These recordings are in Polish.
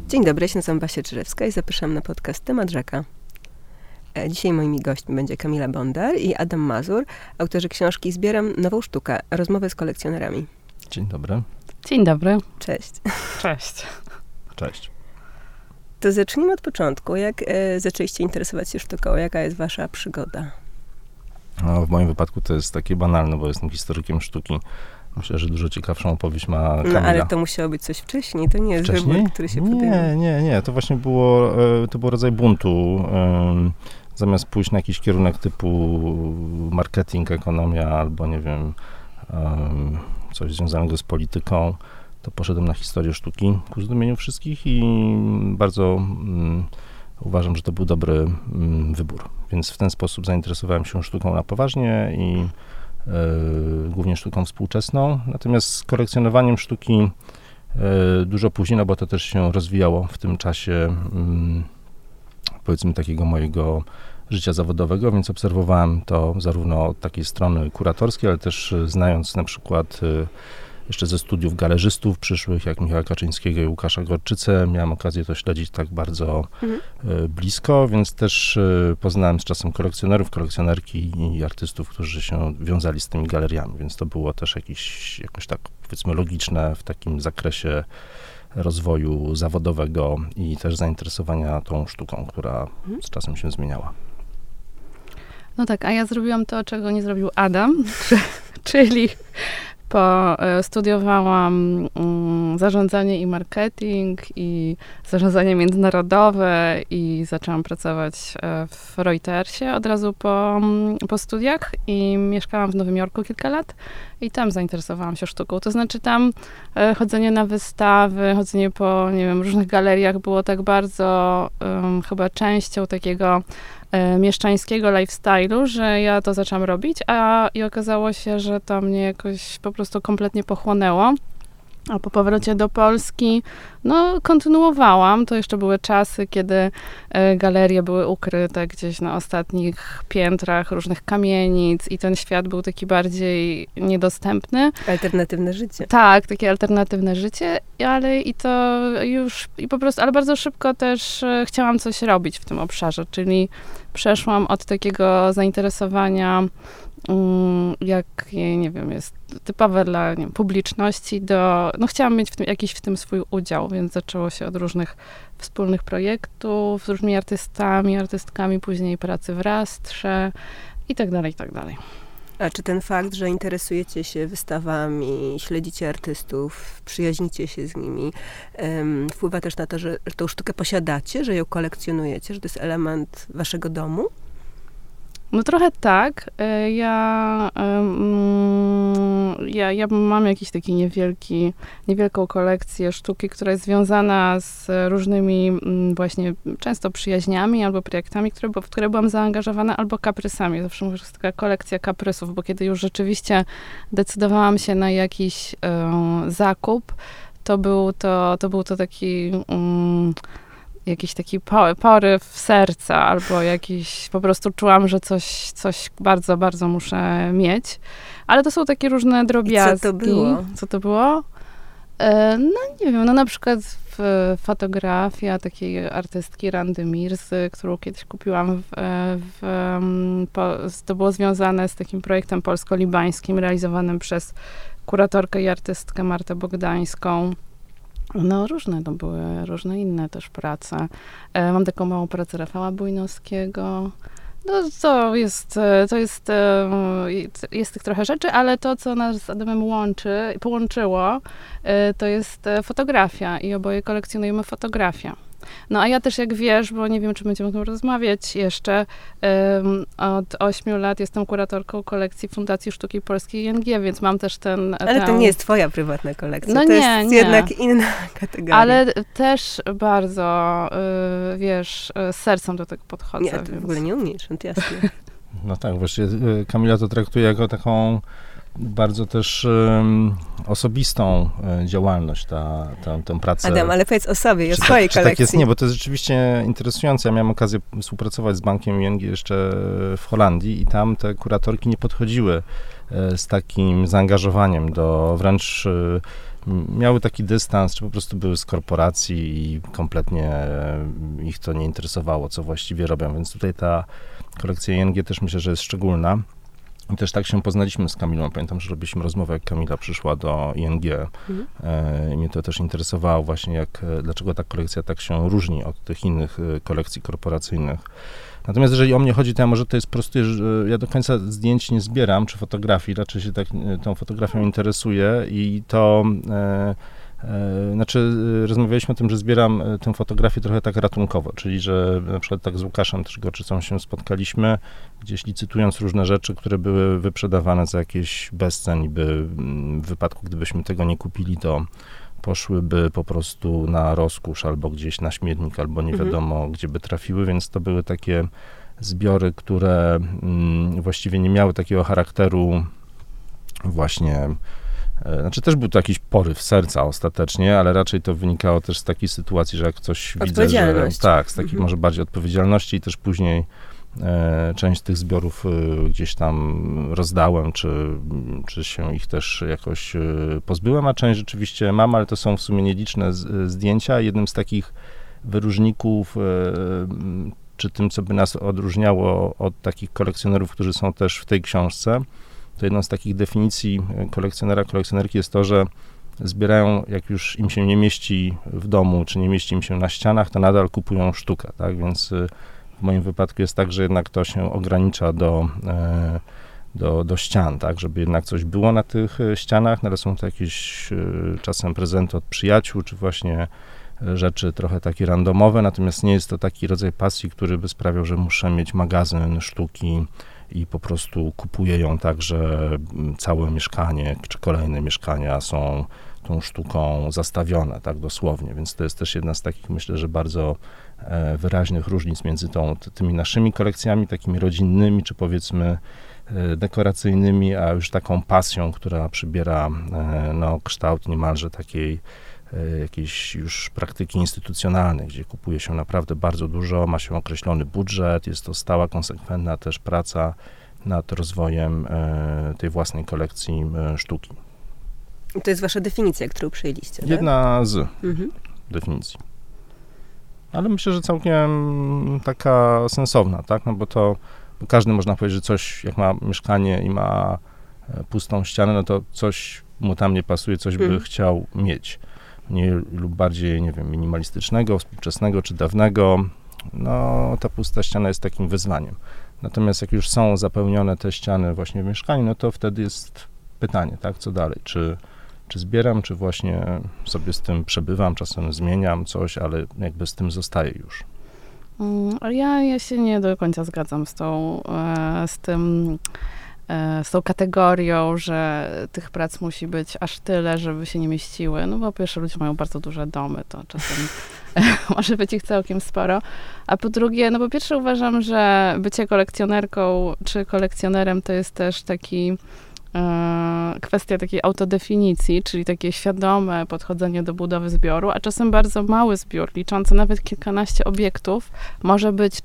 Dzień dobry, ja się nazywam Basia Czyżewska i zapraszam na podcast Temat Rzeka. Dzisiaj moimi gośćmi będzie Kamila Bondar i Adam Mazur, autorzy książki Zbieram nową sztukę. Rozmowy z kolekcjonerami. Dzień dobry. Dzień dobry. Cześć. Cześć. Cześć. To zacznijmy od początku. Jak zaczęliście interesować się sztuką? Jaka jest wasza przygoda? No, w moim wypadku to jest takie banalne, bo jestem historykiem sztuki. Myślę, że dużo ciekawszą opowieść ma Kamila. No ale to musiało być coś wcześniej. To nie jest wybór, który się podejmuje. Nie. To właśnie było rodzaj buntu. Zamiast pójść na jakiś kierunek typu marketing, ekonomia albo nie wiem, coś związanego z polityką, to poszedłem na historię sztuki ku zdumieniu wszystkich i bardzo uważam, że to był dobry wybór. Więc w ten sposób zainteresowałem się sztuką na poważnie i głównie sztuką współczesną. Natomiast z kolekcjonowaniem sztuki dużo później, no bo to też się rozwijało w tym czasie, powiedzmy, takiego mojego życia zawodowego, więc obserwowałem to zarówno od takiej strony kuratorskiej, ale też znając na przykład jeszcze ze studiów galerzystów przyszłych, jak Michała Kaczyńskiego i Łukasza Gorczycę, miałem okazję to śledzić tak bardzo blisko, więc też poznałem z czasem kolekcjonerów, kolekcjonerki i artystów, którzy się wiązali z tymi galeriami, więc to było też jakoś tak, powiedzmy, logiczne w takim zakresie rozwoju zawodowego i też zainteresowania tą sztuką, która z czasem się zmieniała. No tak, a ja zrobiłam to, czego nie zrobił Adam, czyli studiowałam zarządzanie i marketing i zarządzanie międzynarodowe i zaczęłam pracować w Reutersie od razu po studiach i mieszkałam w Nowym Jorku kilka lat i tam zainteresowałam się sztuką. To znaczy tam chodzenie na wystawy, chodzenie po, nie wiem, różnych galeriach było tak bardzo chyba częścią takiego mieszczańskiego lifestyle'u, że ja to zaczęłam robić, i okazało się, że to mnie jakoś po prostu kompletnie pochłonęło. A po powrocie do Polski, no, kontynuowałam. To jeszcze były czasy, kiedy galerie były ukryte gdzieś na ostatnich piętrach różnych kamienic i ten świat był taki bardziej niedostępny. Alternatywne życie. Tak, takie alternatywne życie, ale bardzo szybko też chciałam coś robić w tym obszarze, czyli przeszłam od takiego zainteresowania nie wiem, jest typowe dla publiczności, chciałam mieć jakiś w tym swój udział, więc zaczęło się od różnych wspólnych projektów z różnymi artystkami, później pracy w Rastrze i tak dalej, i tak dalej. A czy ten fakt, że interesujecie się wystawami, śledzicie artystów, przyjaźnicie się z nimi, wpływa też na to, że tą sztukę posiadacie, że ją kolekcjonujecie, że to jest element waszego domu? No trochę tak. Ja mam jakiś taki niewielką kolekcję sztuki, która jest związana z różnymi właśnie często przyjaźniami albo projektami, w które byłam zaangażowana, albo kaprysami. Zawsze mówię, że jest taka kolekcja kaprysów, bo kiedy już rzeczywiście decydowałam się na jakiś zakup, to był to taki jakiś taki poryw serca, albo jakiś, po prostu czułam, że coś bardzo, bardzo muszę mieć. Ale to są takie różne drobiazgi. I co to było? Co to było? No nie wiem, na przykład fotografia takiej artystki Randy Mirzy, którą kiedyś kupiłam to było związane z takim projektem polsko-libańskim realizowanym przez kuratorkę i artystkę Martę Bogdańską. No różne to były, różne inne też prace. Mam taką małą pracę Rafała Bujnowskiego. No jest tych trochę rzeczy, ale to, co nas z Adamem połączyło, to jest fotografia i oboje kolekcjonujemy fotografię. No a ja też, jak wiesz, bo nie wiem, czy będziemy o tym rozmawiać jeszcze, od 8 lat jestem kuratorką kolekcji Fundacji Sztuki Polskiej ING, więc mam też Ale to nie jest twoja prywatna kolekcja, no to jest jednak inna kategoria. Ale też bardzo, z sercem do tego podchodzę. Nie, to w ogóle nie umniejszą, to jasne. No tak, właśnie Kamila to traktuje jako taką bardzo też osobistą działalność, tę pracę. Adam, ale powiedz o sobie, o swojej kolekcji. Tak jest? Nie, bo to jest rzeczywiście interesujące. Ja miałem okazję współpracować z bankiem ING jeszcze w Holandii i tam te kuratorki nie podchodziły z takim zaangażowaniem do wręcz miały taki dystans, czy po prostu były z korporacji i kompletnie ich to nie interesowało, co właściwie robią, więc tutaj ta kolekcja ING też myślę, że jest szczególna. I też tak się poznaliśmy z Kamilą. Pamiętam, że robiliśmy rozmowę, jak Kamila przyszła do ING. I mnie to też interesowało właśnie, dlaczego ta kolekcja tak się różni od tych innych kolekcji korporacyjnych. Natomiast jeżeli o mnie chodzi, to ja może to jest proste, że ja do końca zdjęć nie zbieram, czy fotografii, raczej się tak tą fotografią interesuję i to... rozmawialiśmy o tym, że zbieram tę fotografię trochę tak ratunkowo, czyli że na przykład tak z Łukaszem Trzygorczycą się spotkaliśmy, gdzieś licytując różne rzeczy, które były wyprzedawane za jakieś bezcen i w wypadku, gdybyśmy tego nie kupili, to poszłyby po prostu na rozkusz albo gdzieś na śmietnik, albo nie wiadomo, gdzie by trafiły, więc to były takie zbiory, które właściwie nie miały takiego charakteru właśnie. Znaczy też był to jakiś poryw serca ostatecznie, ale raczej to wynikało też z takiej sytuacji, że jak coś widzę, że tak, z takiej może bardziej odpowiedzialności i też później część tych zbiorów gdzieś tam rozdałem, czy się ich też jakoś pozbyłem, a część rzeczywiście mam, ale to są w sumie nieliczne zdjęcia. Jednym z takich wyróżników, czy tym, co by nas odróżniało od takich kolekcjonerów, którzy są też w tej książce, to jedną z takich definicji kolekcjonera, kolekcjonerki jest to, że zbierają, jak już im się nie mieści w domu, czy nie mieści im się na ścianach, to nadal kupują sztukę, tak, więc w moim wypadku jest tak, że jednak to się ogranicza do ścian, tak, żeby jednak coś było na tych ścianach, no ale są to jakieś czasem prezenty od przyjaciół, czy właśnie rzeczy trochę takie randomowe, natomiast nie jest to taki rodzaj pasji, który by sprawiał, że muszę mieć magazyn sztuki i po prostu kupuję ją tak, że całe mieszkanie, czy kolejne mieszkania są tą sztuką zastawione, tak dosłownie, więc to jest też jedna z takich, myślę, że bardzo wyraźnych różnic między tymi naszymi kolekcjami, takimi rodzinnymi, czy powiedzmy dekoracyjnymi, a już taką pasją, która przybiera kształt niemalże takiej jakiejś już praktyki instytucjonalnej, gdzie kupuje się naprawdę bardzo dużo, ma się określony budżet, jest to stała, konsekwentna też praca nad rozwojem tej własnej kolekcji sztuki. I to jest wasza definicja, którą przyjęliście, tak? Jedna z definicji. Ale myślę, że całkiem taka sensowna, tak? No bo każdy można powiedzieć, że coś, jak ma mieszkanie i ma pustą ścianę, no to coś mu tam nie pasuje, coś by chciał mieć. Mniej lub bardziej, nie wiem, minimalistycznego, współczesnego czy dawnego, no ta pusta ściana jest takim wyzwaniem. Natomiast jak już są zapełnione te ściany właśnie w mieszkaniu, no to wtedy jest pytanie, tak, co dalej, czy zbieram, czy właśnie sobie z tym przebywam, czasem zmieniam coś, ale jakby z tym zostaję już. Ja się nie do końca zgadzam z tą kategorią, że tych prac musi być aż tyle, żeby się nie mieściły. No bo po pierwsze ludzie mają bardzo duże domy, to czasem może być ich całkiem sporo. A po drugie, no po pierwsze uważam, że bycie kolekcjonerką czy kolekcjonerem to jest też kwestia takiej autodefinicji, czyli takie świadome podchodzenie do budowy zbioru, a czasem bardzo mały zbiór, liczący nawet kilkanaście obiektów, może być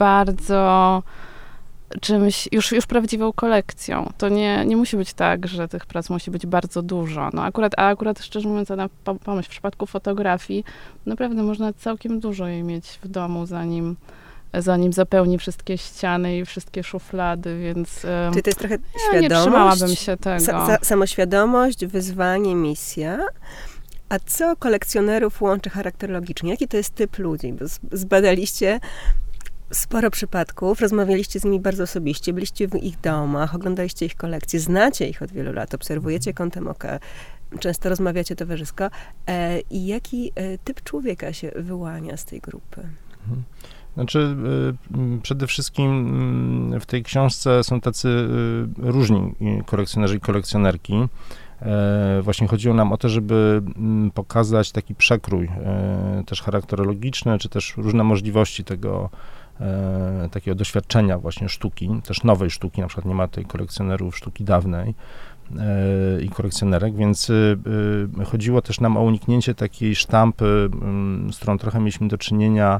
czymś już prawdziwą kolekcją. To nie musi być tak, że tych prac musi być bardzo dużo. No akurat szczerze mówiąc, na pomyśl, w przypadku fotografii, naprawdę można całkiem dużo jej mieć w domu, zanim zapełni wszystkie ściany i wszystkie szuflady, więc... Czyli to jest trochę świadomość? Nie trzymałabym się tego. Samoświadomość, wyzwanie, misja. A co kolekcjonerów łączy charakterologicznie? Jaki to jest typ ludzi? Bo zbadaliście sporo przypadków, rozmawialiście z nimi bardzo osobiście, byliście w ich domach, oglądaliście ich kolekcje, znacie ich od wielu lat, obserwujecie kątem oka, często rozmawiacie towarzysko. I jaki typ człowieka się wyłania z tej grupy? Znaczy, przede wszystkim w tej książce są tacy różni kolekcjonerzy i kolekcjonerki. Właśnie chodziło nam o to, żeby pokazać taki przekrój też charakterologiczny, czy też różne możliwości takiego doświadczenia właśnie sztuki, też nowej sztuki, na przykład nie ma tutaj kolekcjonerów sztuki dawnej i kolekcjonerek, więc chodziło też nam o uniknięcie takiej sztampy, z którą trochę mieliśmy do czynienia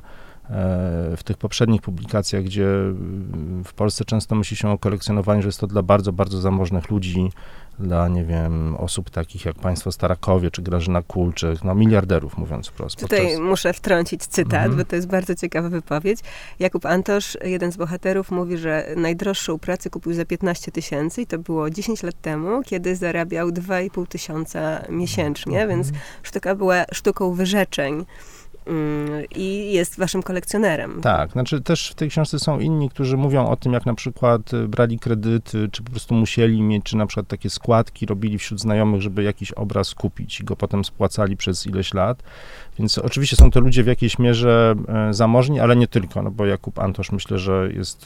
w tych poprzednich publikacjach, gdzie w Polsce często myśli się o kolekcjonowaniu, że jest to dla bardzo, bardzo zamożnych ludzi, dla, nie wiem, osób takich jak państwo Starakowie, czy Grażyna Kulczyk, no miliarderów, mówiąc wprost. Tutaj muszę wtrącić cytat, bo to jest bardzo ciekawa wypowiedź. Jakub Antosz, jeden z bohaterów, mówi, że najdroższą pracę kupił za 15 000 i to było 10 lat temu, kiedy zarabiał 2,5 tysiąca miesięcznie, więc sztuka była sztuką wyrzeczeń. I jest waszym kolekcjonerem. Tak, znaczy też w tej książce są inni, którzy mówią o tym, jak na przykład brali kredyty, czy po prostu musieli mieć, czy na przykład takie składki robili wśród znajomych, żeby jakiś obraz kupić i go potem spłacali przez ileś lat. Więc oczywiście są to ludzie w jakiejś mierze zamożni, ale nie tylko, no bo Jakub Antosz myślę, że jest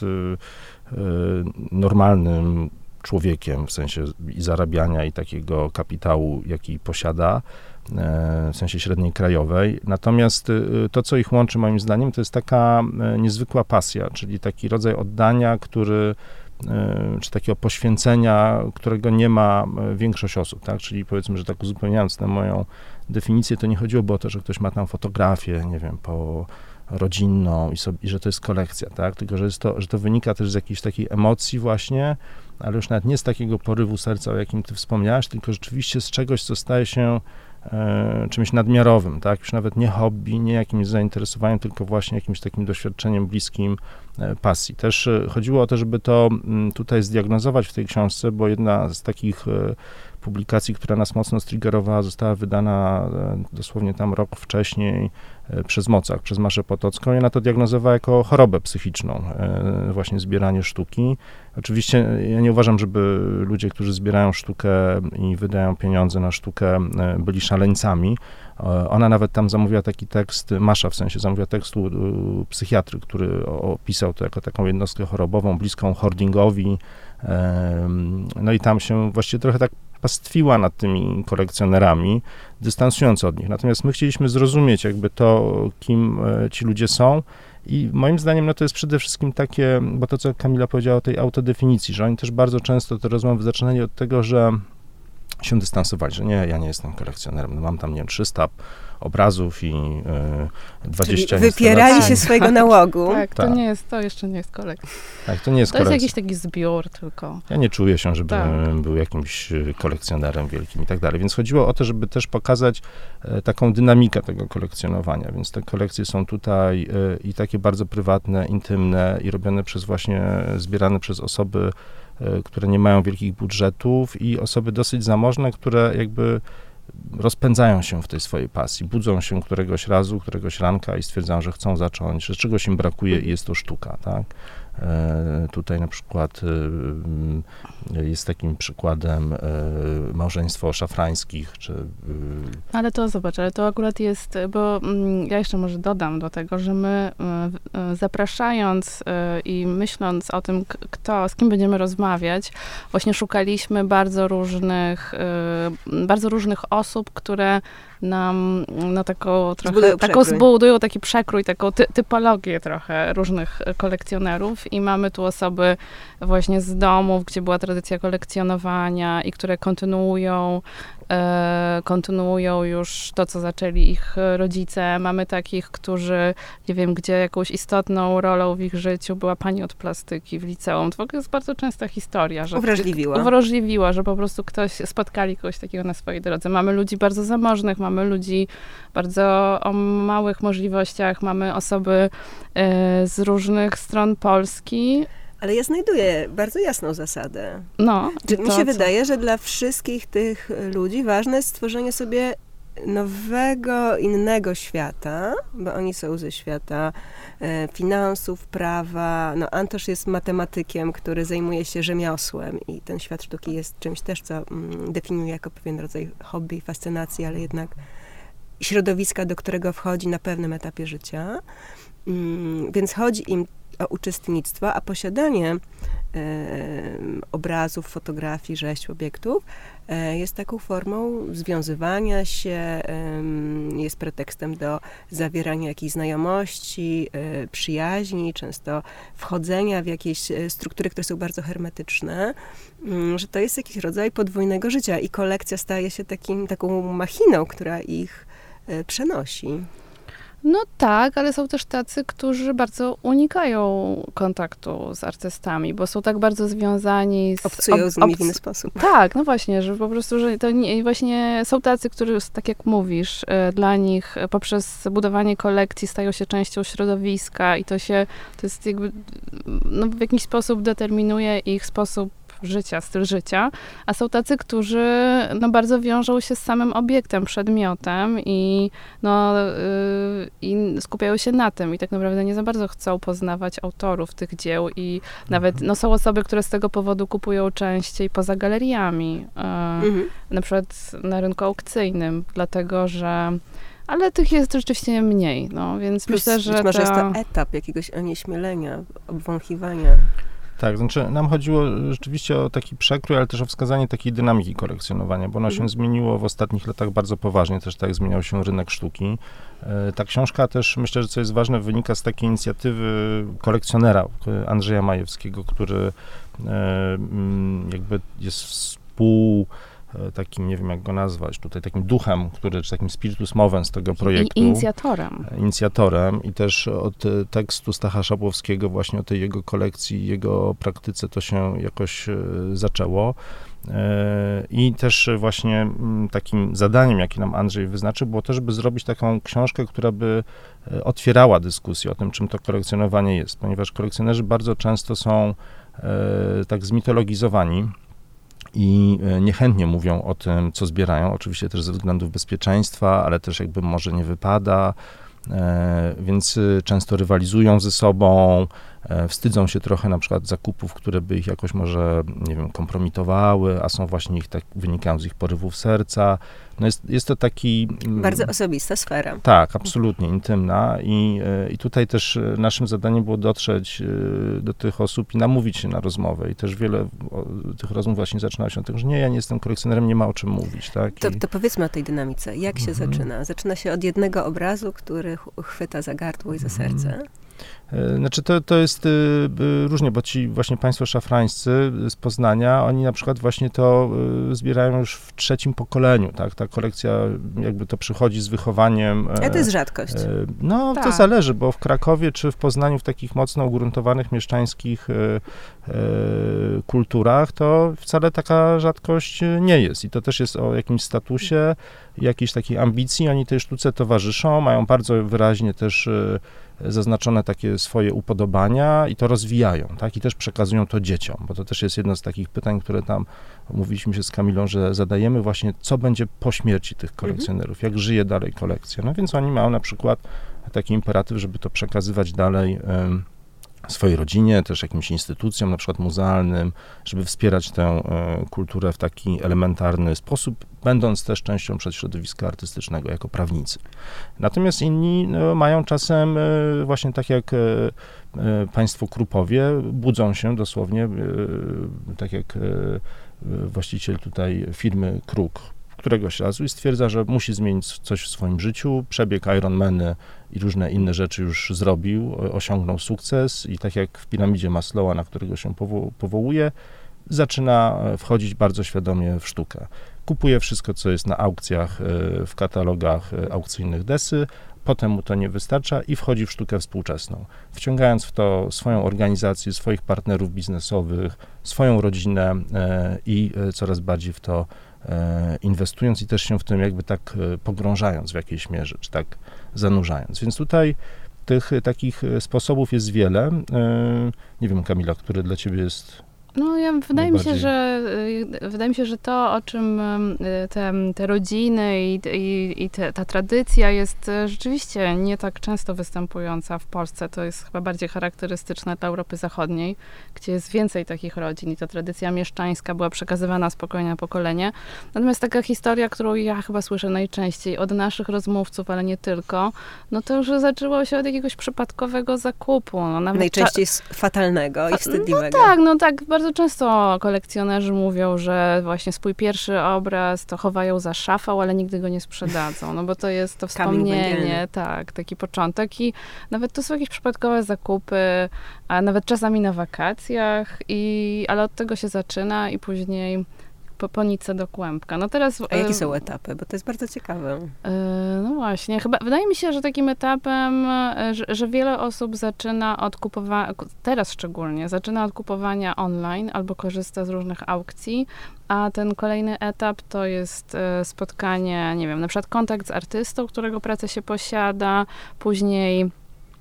normalnym człowiekiem w sensie i zarabiania, i takiego kapitału, jaki posiada, w sensie średniej krajowej. Natomiast to, co ich łączy moim zdaniem, to jest taka niezwykła pasja, czyli taki rodzaj oddania, czy takiego poświęcenia, którego nie ma większość osób, tak? Czyli powiedzmy, że tak uzupełniając tę moją definicję, to nie chodziłoby o to, że ktoś ma tam fotografię, nie wiem, rodzinną i że to jest kolekcja, tak? Tylko, że to wynika też z jakiejś takiej emocji właśnie, ale już nawet nie z takiego porywu serca, o jakim ty wspomniałaś, tylko rzeczywiście z czegoś, co staje się czymś nadmiarowym, tak? Już nawet nie hobby, nie jakimś zainteresowaniem, tylko właśnie jakimś takim doświadczeniem bliskim pasji. Też chodziło o to, żeby to tutaj zdiagnozować w tej książce, bo jedna z takich publikacji, która nas mocno striggerowała, została wydana dosłownie tam rok wcześniej przez Mocach, przez Maszę Potocką i ona to diagnozowała jako chorobę psychiczną, właśnie zbieranie sztuki. Oczywiście ja nie uważam, żeby ludzie, którzy zbierają sztukę i wydają pieniądze na sztukę, byli szaleńcami. Ona nawet tam zamówiła taki tekst, Masza w sensie zamówiła tekstu psychiatry, który opisał to jako taką jednostkę chorobową, bliską hoardingowi. No i tam się właściwie trochę tak pastwiła nad tymi kolekcjonerami, dystansując od nich. Natomiast my chcieliśmy zrozumieć jakby to, kim ci ludzie są i moim zdaniem no to jest przede wszystkim takie, bo to, co Kamila powiedziała o tej autodefinicji, że oni też bardzo często te rozmowy zaczynali od tego, że się dystansowali, że nie, ja nie jestem kolekcjonerem, no mam tam, nie wiem, 300 obrazów i 20 Czyli wypierali się swojego nałogu. Tak, to jeszcze nie jest kolekcja. Tak, to nie jest kolekcja. To jest jakiś taki zbiór tylko. Ja nie czuję się, żebym był jakimś kolekcjonerem wielkim i tak dalej, więc chodziło o to, żeby też pokazać taką dynamikę tego kolekcjonowania, więc te kolekcje są tutaj i takie bardzo prywatne, intymne i robione zbierane przez osoby, które nie mają wielkich budżetów i osoby dosyć zamożne, które jakby rozpędzają się w tej swojej pasji, budzą się któregoś ranka i stwierdzają, że chcą zacząć, że czegoś im brakuje i jest to sztuka, tak? Tutaj na przykład jest takim przykładem małżeństwo Szafrańskich, Ale to zobacz, ale to akurat jest, bo ja jeszcze może dodam do tego, że my zapraszając i myśląc o tym, z kim będziemy rozmawiać, właśnie szukaliśmy bardzo różnych osób, które nam zbudują taki przekrój, taką typologię trochę różnych kolekcjonerów i mamy tu osoby właśnie z domów, gdzie była tradycja kolekcjonowania i które kontynuują już to, co zaczęli ich rodzice. Mamy takich, którzy, nie wiem, gdzie jakąś istotną rolą w ich życiu była pani od plastyki w liceum. To w ogóle jest bardzo częsta historia, że uwrażliwiła, że po prostu spotkali kogoś takiego na swojej drodze. Mamy ludzi bardzo zamożnych, mamy ludzi bardzo o małych możliwościach, mamy osoby z różnych stron Polski. Ale ja znajduję bardzo jasną zasadę. Mi się wydaje, że dla wszystkich tych ludzi ważne jest stworzenie sobie nowego, innego świata, bo oni są ze świata finansów, prawa. Antosz jest matematykiem, który zajmuje się rzemiosłem i ten świat sztuki jest czymś też, co definiuje jako pewien rodzaj hobby i fascynacji, ale jednak środowiska, do którego wchodzi na pewnym etapie życia. Więc chodzi im o uczestnictwo, a posiadanie obrazów, fotografii, rzeźb, obiektów jest taką formą związywania się, jest pretekstem do zawierania jakiejś znajomości, przyjaźni, często wchodzenia w jakieś struktury, które są bardzo hermetyczne, że to jest jakiś rodzaj podwójnego życia i kolekcja staje się taką machiną, która ich przenosi. No tak, ale są też tacy, którzy bardzo unikają kontaktu z artystami, bo są tak bardzo związani z... Obcują z nimi w inny sposób. Tak, no właśnie, że po prostu, że to nie, właśnie są tacy, którzy, tak jak mówisz, dla nich poprzez budowanie kolekcji stają się częścią środowiska i to jest jakby, no w jakiś sposób determinuje ich sposób życia, styl życia, a są tacy, którzy no, bardzo wiążą się z samym obiektem, przedmiotem i skupiają się na tym i tak naprawdę nie za bardzo chcą poznawać autorów tych dzieł i nawet no, są osoby, które z tego powodu kupują częściej poza galeriami, na przykład na rynku aukcyjnym, dlatego że ale tych jest rzeczywiście mniej, no, więc Plus, myślę, że może jest to etap jakiegoś onieśmielenia, obwąchiwania. Tak, znaczy nam chodziło rzeczywiście o taki przekrój, ale też o wskazanie takiej dynamiki kolekcjonowania, bo ono się zmieniło w ostatnich latach bardzo poważnie, też tak jak zmieniał się rynek sztuki. Ta książka też, myślę, że co jest ważne, wynika z takiej inicjatywy kolekcjonera Andrzeja Majewskiego, który jakby jest takim, nie wiem jak go nazwać, tutaj takim duchem, czy takim spiritus movens tego projektu. Inicjatorem i też od tekstu Stacha Szapłowskiego właśnie o tej jego kolekcji, jego praktyce to się jakoś zaczęło. I też właśnie takim zadaniem, jakie nam Andrzej wyznaczył, było to, żeby zrobić taką książkę, która by otwierała dyskusję o tym, czym to kolekcjonowanie jest, ponieważ kolekcjonerzy bardzo często są tak zmitologizowani i niechętnie mówią o tym, co zbierają, oczywiście też ze względów bezpieczeństwa, ale też jakby może nie wypada, więc często rywalizują ze sobą, wstydzą się trochę na przykład zakupów, które by ich jakoś może, nie wiem, kompromitowały, a są właśnie wynikają z ich porywów serca. No jest to taki... Bardzo osobista sfera. Tak, absolutnie, intymna i tutaj też naszym zadaniem było dotrzeć do tych osób i namówić się na rozmowę i też wiele tych rozmów właśnie zaczynało się od tego, że nie, ja nie jestem kolekcjonerem, nie ma o czym mówić, tak? To powiedzmy o tej dynamice. Jak się zaczyna? Zaczyna się od jednego obrazu, który chwyta za gardło i za serce. Znaczy to jest różnie, bo ci właśnie państwo szafrańscy z Poznania, oni na przykład właśnie to zbierają już w 3. pokoleniu, tak? Ta kolekcja jakby to przychodzi z wychowaniem. A to jest rzadkość. No, tak. To zależy, bo w Krakowie czy w Poznaniu w takich mocno ugruntowanych mieszczańskich kulturach, to wcale taka rzadkość nie jest. I to też jest o jakimś statusie, jakiejś takiej ambicji. Oni tej sztuce towarzyszą, mają bardzo wyraźnie też zaznaczone takie swoje upodobania i to rozwijają, tak? I też przekazują to dzieciom, bo to też jest jedno z takich pytań, które tam mówiliśmy się z Kamilą, że zadajemy właśnie, co będzie po śmierci tych kolekcjonerów, jak żyje dalej kolekcja. No więc oni mają na przykład taki imperatyw, żeby to przekazywać dalej swojej rodzinie, też jakimś instytucjom, na przykład muzealnym, żeby wspierać tę kulturę w taki elementarny sposób, będąc też częścią środowiska artystycznego jako prawnicy. Natomiast inni mają czasem właśnie tak jak państwo Krupowie, budzą się dosłownie, tak jak właściciel tutaj firmy Kruk, któregoś razu i stwierdza, że musi zmienić coś w swoim życiu, przebieg Ironmany i różne inne rzeczy już zrobił, osiągnął sukces i tak jak w piramidzie Maslowa, na którego się powołuje, zaczyna wchodzić bardzo świadomie w sztukę. Kupuje wszystko, co jest na aukcjach, w katalogach aukcyjnych Desy, potem mu to nie wystarcza i wchodzi w sztukę współczesną, wciągając w to swoją organizację, swoich partnerów biznesowych, swoją rodzinę i coraz bardziej w to inwestując i też się w tym jakby tak pogrążając w jakiejś mierze, czy tak zanurzając. Więc tutaj tych takich sposobów jest wiele. Nie wiem, Kamila, który dla ciebie jest wydaje mi się, że to, o czym te rodziny i ta tradycja jest rzeczywiście nie tak często występująca w Polsce. To jest chyba bardziej charakterystyczne dla Europy Zachodniej, gdzie jest więcej takich rodzin i ta tradycja mieszczańska była przekazywana z pokolenia na pokolenie. Natomiast taka historia, którą ja chyba słyszę najczęściej od naszych rozmówców, ale nie tylko, no to już zaczęło się od jakiegoś przypadkowego zakupu. Najczęściej fatalnego i wstydliwego. Tak, bardzo często kolekcjonerzy mówią, że właśnie swój pierwszy obraz to chowają za szafą, ale nigdy go nie sprzedadzą, no bo to jest to wspomnienie, tak, taki początek i nawet to są jakieś przypadkowe zakupy, a nawet czasami na wakacjach, ale od tego się zaczyna i później po nitce do kłębka. No teraz, A jakie są etapy? Bo to jest bardzo ciekawe. No właśnie, chyba wydaje mi się, że takim etapem, że wiele osób zaczyna od kupowania, teraz szczególnie, zaczyna od kupowania online albo korzysta z różnych aukcji, a ten kolejny etap to jest spotkanie, nie wiem, na przykład kontakt z artystą, którego pracę się posiada, później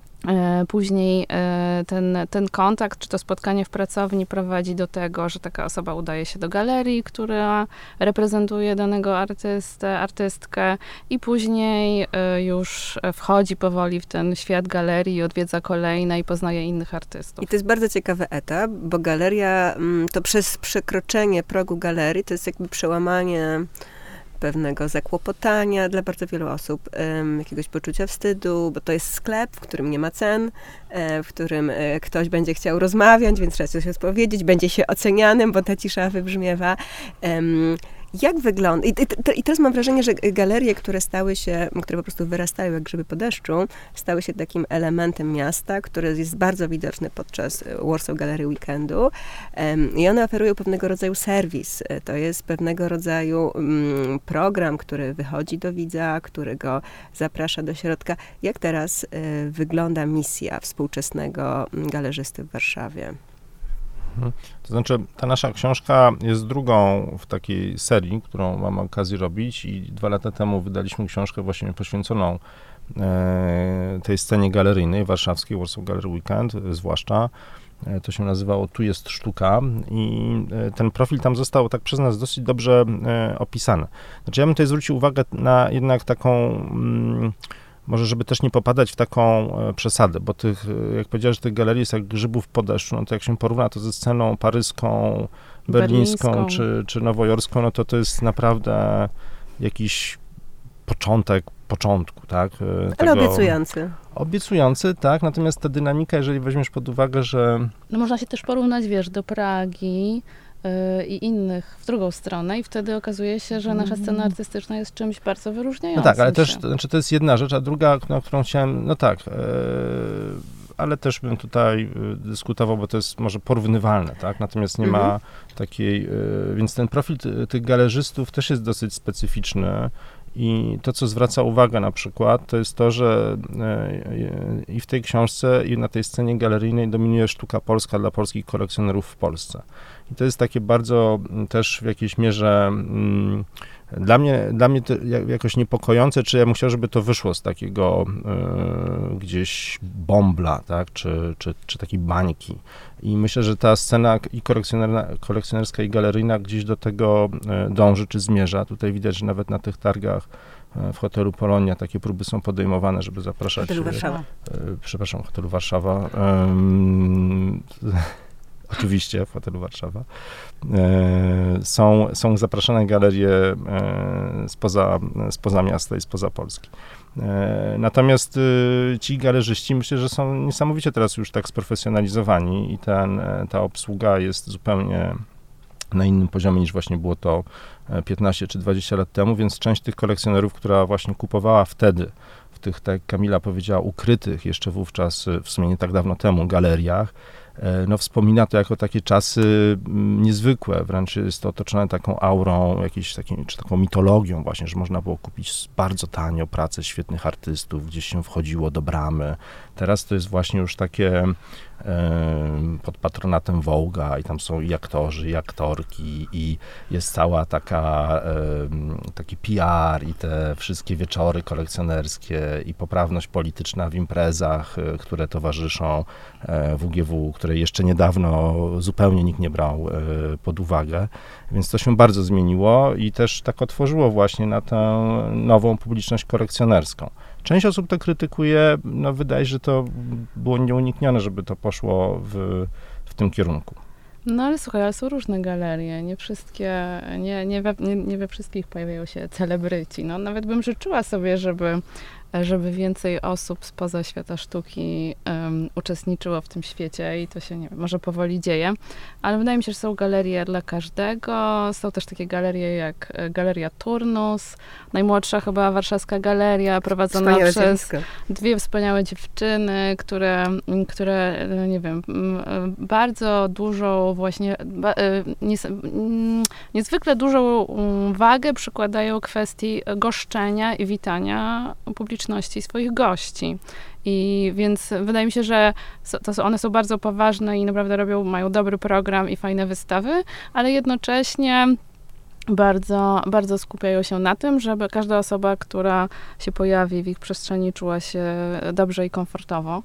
ten kontakt, czy to spotkanie w pracowni prowadzi do tego, że taka osoba udaje się do galerii, która reprezentuje danego artystkę i później już wchodzi powoli w ten świat galerii, odwiedza kolejne i poznaje innych artystów. I to jest bardzo ciekawy etap, bo galeria, to przez przekroczenie progu galerii, to jest jakby przełamanie pewnego zakłopotania dla bardzo wielu osób, jakiegoś poczucia wstydu, bo to jest sklep, w którym nie ma cen, w którym ktoś będzie chciał rozmawiać, więc trzeba coś odpowiedzieć, będzie się ocenianym, bo ta cisza wybrzmiewa. Jak wygląda? I teraz mam wrażenie, że galerie, które po prostu wyrastają jak grzyby po deszczu, stały się takim elementem miasta, który jest bardzo widoczny podczas Warsaw Gallery Weekendu. I one oferują pewnego rodzaju serwis. To jest pewnego rodzaju program, który wychodzi do widza, który go zaprasza do środka. Jak teraz wygląda misja współczesnego galerzysty w Warszawie? To znaczy, ta nasza książka jest drugą w takiej serii, którą mam okazję robić i 2 lata temu wydaliśmy książkę właśnie poświęconą tej scenie galeryjnej warszawskiej, Warsaw Gallery Weekend zwłaszcza. To się nazywało Tu jest sztuka i ten profil tam został tak przez nas dosyć dobrze opisany. Znaczy, ja bym tutaj zwrócił uwagę na jednak taką... Może, żeby też nie popadać w taką przesadę, bo jak powiedziałeś, że tych galerii jest jak grzybów po deszczu, no to jak się porówna to ze sceną paryską, berlińską czy nowojorską, no to jest naprawdę jakiś początku, tak? Ale obiecujący. Obiecujący, tak, natomiast ta dynamika, jeżeli weźmiesz pod uwagę, że... No można się też porównać, do Pragi, i innych w drugą stronę i wtedy okazuje się, że nasza scena artystyczna jest czymś bardzo wyróżniającym. No tak, ale też, to jest jedna rzecz, a druga, na którą chciałem, ale też bym tutaj dyskutował, bo to jest może porównywalne, tak, natomiast nie ma takiej, więc ten profil tych galerzystów też jest dosyć specyficzny. I to, co zwraca uwagę na przykład, to jest to, że i w tej książce, i na tej scenie galeryjnej dominuje sztuka polska dla polskich kolekcjonerów w Polsce. I to jest takie bardzo też w jakiejś mierze dla mnie to jakoś niepokojące, czy ja bym chciał, żeby to wyszło z takiego gdzieś bąbla, tak, czy takiej bańki. I myślę, że ta scena i kolekcjonerska, i galeryjna gdzieś do tego dąży, czy zmierza. Tutaj widać, że nawet na tych targach w hotelu Polonia takie próby są podejmowane, żeby zapraszać... Hotelu Warszawa. Przepraszam, hotelu Warszawa. Oczywiście w hotelu Warszawa. Są zapraszane galerie spoza miasta i spoza Polski. Natomiast ci galerzyści, myślę, że są niesamowicie teraz już tak sprofesjonalizowani i ta obsługa jest zupełnie na innym poziomie niż właśnie było to 15 czy 20 lat temu, więc część tych kolekcjonerów, która właśnie kupowała wtedy w tych, tak jak Kamila powiedziała, ukrytych jeszcze wówczas, w sumie nie tak dawno temu, galeriach, no wspomina to jako takie czasy niezwykłe, wręcz jest to otoczone taką aurą, czy taką mitologią właśnie, że można było kupić bardzo tanio pracę świetnych artystów, gdzieś się wchodziło do bramy. Teraz to jest właśnie już takie pod patronatem Vogue'a i tam są i aktorzy, i aktorki i jest cała taki PR i te wszystkie wieczory kolekcjonerskie i poprawność polityczna w imprezach, które towarzyszą WGW, której jeszcze niedawno zupełnie nikt nie brał pod uwagę, więc to się bardzo zmieniło i też tak otworzyło właśnie na tę nową publiczność kolekcjonerską. Część osób to krytykuje, no wydaje się, że to było nieuniknione, żeby to poszło w tym kierunku. No ale słuchaj, ale są różne galerie, nie wszystkie, nie we wszystkich pojawiają się celebryci. No nawet bym życzyła sobie, żeby żeby więcej osób spoza świata sztuki uczestniczyło w tym świecie i to się, nie wiem, może powoli dzieje, ale wydaje mi się, że są galerie dla każdego. Są też takie galerie jak Galeria Turnus, najmłodsza chyba warszawska galeria, prowadzona przez dwie wspaniałe dziewczyny, które, nie wiem, bardzo dużą właśnie, niezwykle dużą wagę przykładają kwestii goszczenia i witania publiczności swoich gości. I więc wydaje mi się, że one są bardzo poważne i naprawdę mają dobry program i fajne wystawy, ale jednocześnie bardzo, bardzo skupiają się na tym, żeby każda osoba, która się pojawi w ich przestrzeni, czuła się dobrze i komfortowo.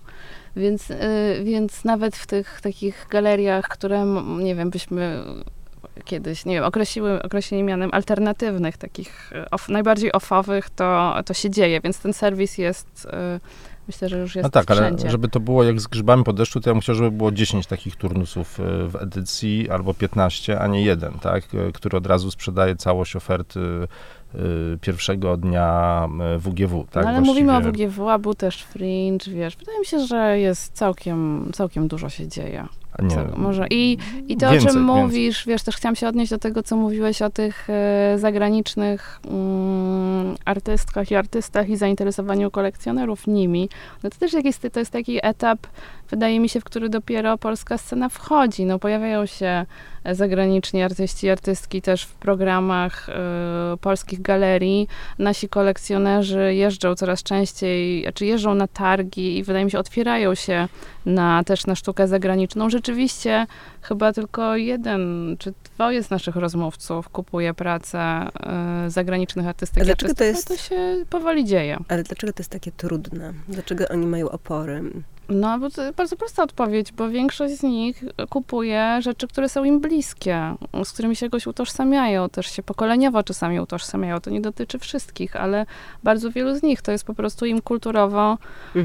Więc nawet w tych takich galeriach, które, nie wiem, byśmy kiedyś, nie wiem, określili mianem alternatywnych, takich najbardziej offowych, to się dzieje, więc ten serwis jest, myślę, że już jest wszędzie. Ale żeby to było jak z grzybami po deszczu, to ja bym chciał, żeby było 10 takich turnusów w edycji, albo 15, a nie jeden, tak, który od razu sprzedaje całość oferty pierwszego dnia WGW, tak? No, ale mówimy o WGW, a był też Fringe, wiesz, wydaje mi się, że jest całkiem dużo się dzieje. Może i to, więcej, o czym mówisz, wiesz, też chciałam się odnieść do tego, co mówiłeś o tych zagranicznych artystkach i artystach i zainteresowaniu kolekcjonerów nimi. No to też to jest taki etap, wydaje mi się, w który dopiero polska scena wchodzi. No pojawiają się zagraniczni artyści i artystki też w programach polskich galerii. Nasi kolekcjonerzy jeżdżą coraz częściej, czy jeżdżą na targi i wydaje mi się, otwierają się też na sztukę zagraniczną. Rzeczywiście chyba tylko 1 czy 2 z naszych rozmówców kupuje pracę zagranicznych artystek i artystów. To się powoli dzieje. Ale dlaczego to jest takie trudne? Dlaczego oni mają opory? No, bo to jest bardzo prosta odpowiedź, bo większość z nich kupuje rzeczy, które są im bliskie, z którymi się jakoś utożsamiają, też się pokoleniowo czasami utożsamiają. To nie dotyczy wszystkich, ale bardzo wielu z nich to jest po prostu im kulturowo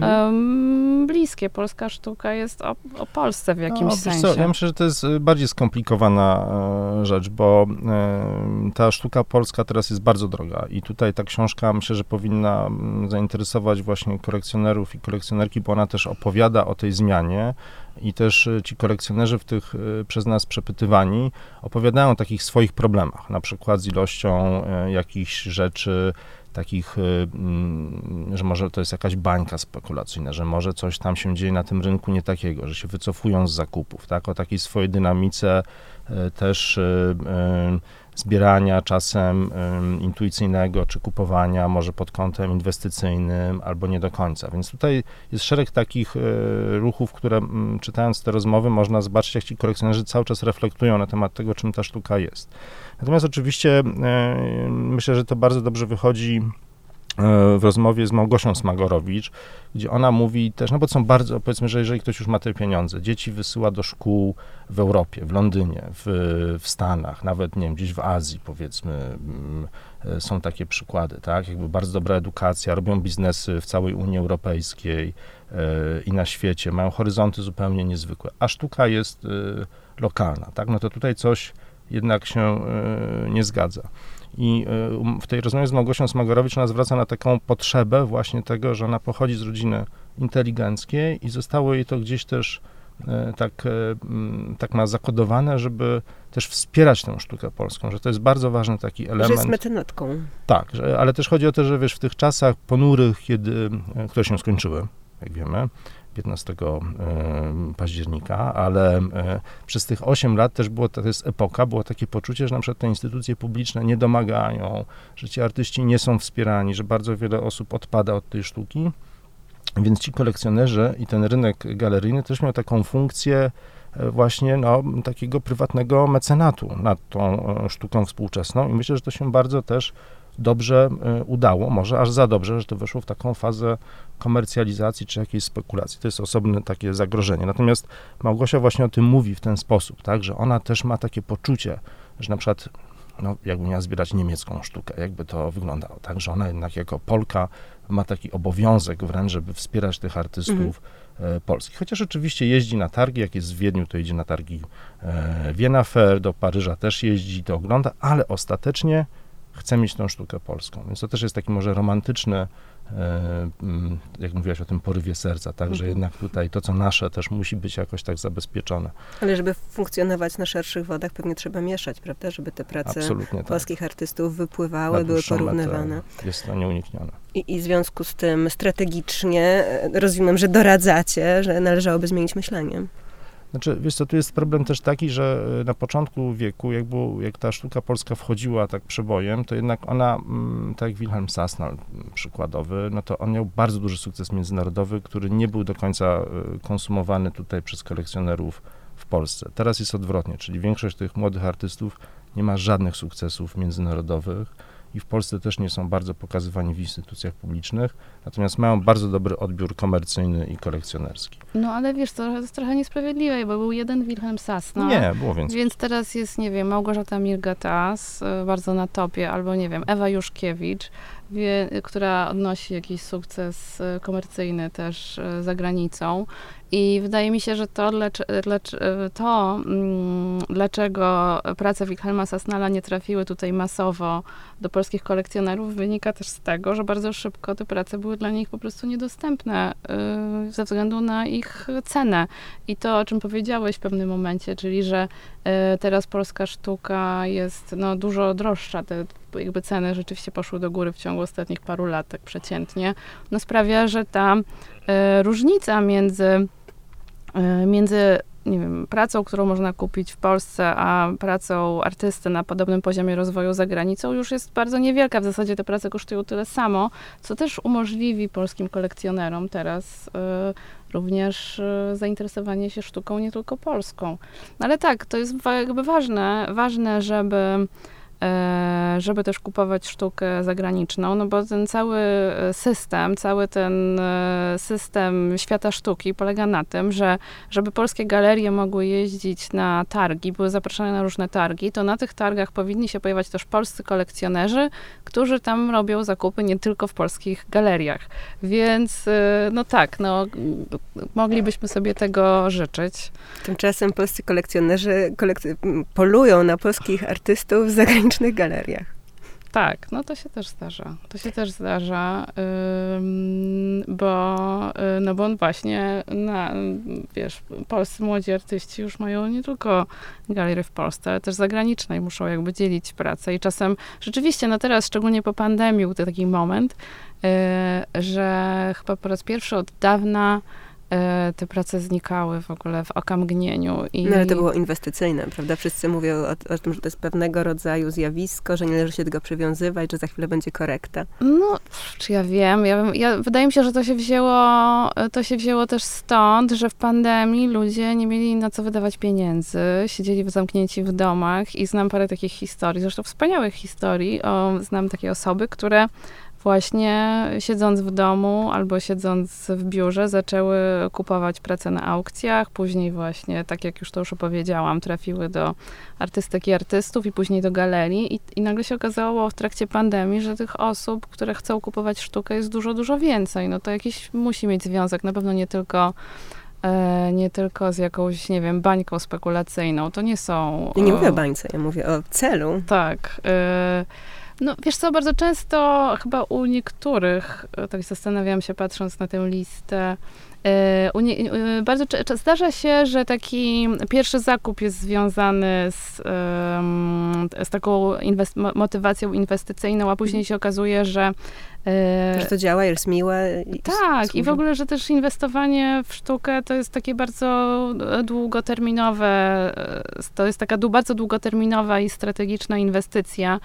bliskie. Polska sztuka jest o Polsce w jakimś sensie. Ja myślę, że to jest bardziej skomplikowana rzecz, bo ta sztuka polska teraz jest bardzo droga i tutaj ta książka, myślę, że powinna zainteresować właśnie kolekcjonerów i kolekcjonerki, bo ona też opowiada o tej zmianie i też ci kolekcjonerzy przez nas przepytywani opowiadają o takich swoich problemach, na przykład z ilością jakichś rzeczy takich, że może to jest jakaś bańka spekulacyjna, że może coś tam się dzieje na tym rynku nie takiego, że się wycofują z zakupów, tak, o takiej swojej dynamice też zbierania czasem intuicyjnego, czy kupowania może pod kątem inwestycyjnym, albo nie do końca. Więc tutaj jest szereg takich ruchów, które czytając te rozmowy można zobaczyć, jak ci kolekcjonerzy cały czas reflektują na temat tego, czym ta sztuka jest. Natomiast oczywiście myślę, że to bardzo dobrze wychodzi w rozmowie z Małgosią Smagorowicz, gdzie ona mówi też, no bo są bardzo, powiedzmy, że jeżeli ktoś już ma te pieniądze, dzieci wysyła do szkół w Europie, w Londynie, w Stanach, nawet, nie wiem, gdzieś w Azji, powiedzmy, są takie przykłady, tak, jakby bardzo dobra edukacja, robią biznesy w całej Unii Europejskiej i na świecie, mają horyzonty zupełnie niezwykłe, a sztuka jest lokalna, tak, no to tutaj coś jednak się nie zgadza. I w tej rozmowie z Małgosią Smagorowicz ona zwraca na taką potrzebę właśnie tego, że ona pochodzi z rodziny inteligenckiej i zostało jej to gdzieś też tak ma zakodowane, żeby też wspierać tę sztukę polską, że to jest bardzo ważny taki element. Że jest mecenatką. Tak, ale też chodzi o to, że wiesz, w tych czasach ponurych, które się skończyły, jak wiemy, 15 października, ale przez tych 8 lat też to jest epoka, było takie poczucie, że na przykład te instytucje publiczne nie domagają, że ci artyści nie są wspierani, że bardzo wiele osób odpada od tej sztuki, więc ci kolekcjonerzy i ten rynek galeryjny też miał taką funkcję właśnie takiego prywatnego mecenatu nad tą sztuką współczesną i myślę, że to się bardzo też dobrze udało, może aż za dobrze, że to weszło w taką fazę komercjalizacji czy jakiejś spekulacji. To jest osobne takie zagrożenie. Natomiast Małgosia właśnie o tym mówi w ten sposób, tak, że ona też ma takie poczucie, że na przykład jakby miała zbierać niemiecką sztukę, jakby to wyglądało, tak, że ona jednak jako Polka ma taki obowiązek wręcz, żeby wspierać tych artystów polskich. Chociaż oczywiście jeździ na targi, jak jest w Wiedniu, to idzie na targi Vienna Fair, do Paryża też jeździ, to ogląda, ale ostatecznie chce mieć tą sztukę polską. Więc to też jest taki może romantyczny, jak mówiłaś o tym porywie serca, tak, że jednak tutaj to, co nasze, też musi być jakoś tak zabezpieczone. Ale żeby funkcjonować na szerszych wodach, pewnie trzeba mieszać, prawda? Żeby te prace polskich artystów wypływały, były porównywane. Jest to nieuniknione. I w związku z tym strategicznie rozumiem, że doradzacie, że należałoby zmienić myślenie. Znaczy, wiesz co, tu jest problem też taki, że na początku wieku, jak ta sztuka polska wchodziła tak przebojem, to jednak ona, tak jak Wilhelm Sassnal przykładowy, no to on miał bardzo duży sukces międzynarodowy, który nie był do końca konsumowany tutaj przez kolekcjonerów w Polsce. Teraz jest odwrotnie, czyli większość tych młodych artystów nie ma żadnych sukcesów międzynarodowych i w Polsce też nie są bardzo pokazywani w instytucjach publicznych, natomiast mają bardzo dobry odbiór komercyjny i kolekcjonerski. No ale wiesz, to jest trochę niesprawiedliwe, bo był jeden Wilhelm Sassnal. Nie, było więcej. Więc teraz jest, nie wiem, Małgorzata Mirgatas, bardzo na topie, albo nie wiem, Ewa Juszkiewicz, która odnosi jakiś sukces komercyjny też za granicą. I wydaje mi się, że dlaczego prace Wilhelma Sassnala nie trafiły tutaj masowo do polskich kolekcjonerów, wynika też z tego, że bardzo szybko te prace były dla nich po prostu niedostępne ze względu na ich cenę. I to, o czym powiedziałeś w pewnym momencie, czyli że teraz polska sztuka jest dużo droższa, te jakby ceny rzeczywiście poszły do góry w ciągu ostatnich paru lat, tak przeciętnie, sprawia, że ta różnica między nie wiem, pracą, którą można kupić w Polsce, a pracą artysty na podobnym poziomie rozwoju za granicą już jest bardzo niewielka. W zasadzie te prace kosztują tyle samo, co też umożliwi polskim kolekcjonerom teraz również zainteresowanie się sztuką nie tylko polską. No ale tak, to jest jakby ważne, żeby też kupować sztukę zagraniczną, no bo ten cały system świata sztuki polega na tym, że żeby polskie galerie mogły jeździć na targi, były zapraszane na różne targi, to na tych targach powinni się pojawiać też polscy kolekcjonerzy, którzy tam robią zakupy nie tylko w polskich galeriach. Więc moglibyśmy sobie tego życzyć. Tymczasem polscy kolekcjonerzy polują na polskich artystów w zagranicznych galeriach. Tak, to się też zdarza. Bo on właśnie, wiesz, polscy młodzi artyści już mają nie tylko galerie w Polsce, ale też zagraniczne i muszą jakby dzielić pracę. I czasem rzeczywiście, teraz, szczególnie po pandemii, był to taki moment, że chyba po raz pierwszy od dawna te prace znikały w ogóle w okamgnieniu. Ale to było inwestycyjne, prawda? Wszyscy mówią o tym, że to jest pewnego rodzaju zjawisko, że nie należy się do tego przywiązywać, że za chwilę będzie korekta. Czy ja wiem? Wydaje mi się, że to się wzięło też stąd, że w pandemii ludzie nie mieli na co wydawać pieniędzy, siedzieli zamknięci w domach i znam parę takich historii, zresztą wspaniałych historii. Znam takie osoby, które właśnie siedząc w domu albo siedząc w biurze zaczęły kupować pracę na aukcjach, później właśnie, tak jak już to już opowiedziałam, trafiły do artystek i artystów i później do galerii i nagle się okazało w trakcie pandemii, że tych osób, które chcą kupować sztukę jest dużo, dużo więcej. To jakiś musi mieć związek, na pewno nie tylko z jakąś, nie wiem, bańką spekulacyjną. To nie są... Ja nie mówię o bańce, ja mówię o celu. Tak. Wiesz co, bardzo często chyba u niektórych, tak zastanawiam się patrząc na tę listę, bardzo zdarza się, że taki pierwszy zakup jest związany z taką motywacją inwestycyjną, a później się okazuje, że to działa, jest miłe. Tak, i w ogóle, że też inwestowanie w sztukę to jest takie bardzo długoterminowe, to jest taka bardzo długoterminowa i strategiczna inwestycja.